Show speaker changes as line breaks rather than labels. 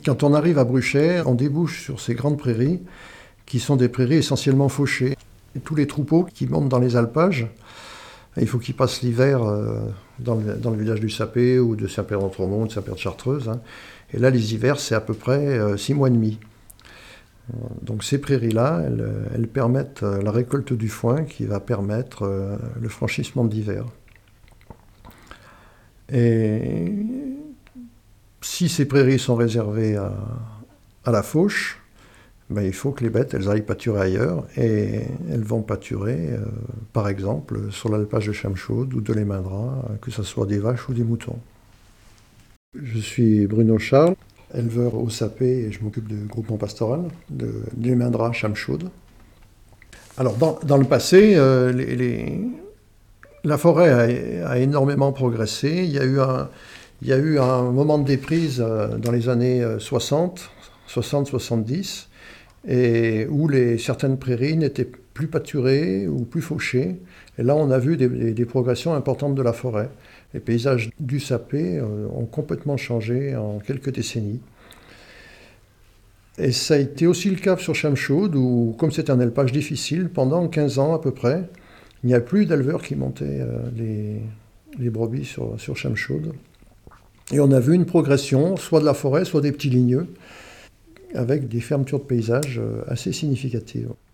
Quand on arrive à Bruchères, on débouche sur ces grandes prairies qui sont des prairies essentiellement fauchées. Et tous les troupeaux qui montent dans les alpages, il faut qu'ils passent l'hiver dans le village du Sapé ou de Saint-Père-d'Entremont, de Saint-Père-de-Chartreuse. Hein. Et là, les hivers, c'est à peu près 6 mois et demi. Donc ces prairies-là, elles permettent la récolte du foin qui va permettre le franchissement de l'hiver. Et si ces prairies sont réservées à la fauche, ben, il faut que les bêtes elles aillent pâturer ailleurs, et elles vont pâturer, par exemple, sur l'alpage de Chamechaude ou de l'Emindra, que ce soit des vaches ou des moutons. Je suis Bruno Charles, éleveur au Sapé, et je m'occupe du groupement pastoral de l'Emindra Chamechaude. Alors dans le passé, la forêt a énormément progressé. Il y a eu un moment de déprise dans les années 60-70, et où certaines prairies n'étaient plus pâturées ou plus fauchées. Et là, on a vu des progressions importantes de la forêt. Les paysages du Sapé ont complètement changé en quelques décennies. Et ça a été aussi le cas sur Chamechaude, où, comme c'est un élevage difficile, pendant 15 ans à peu près, il n'y a plus d'éleveurs qui montaient les brebis sur Chamechaude. Et on a vu une progression, soit de la forêt, soit des petits ligneux, avec des fermetures de paysages assez significatives.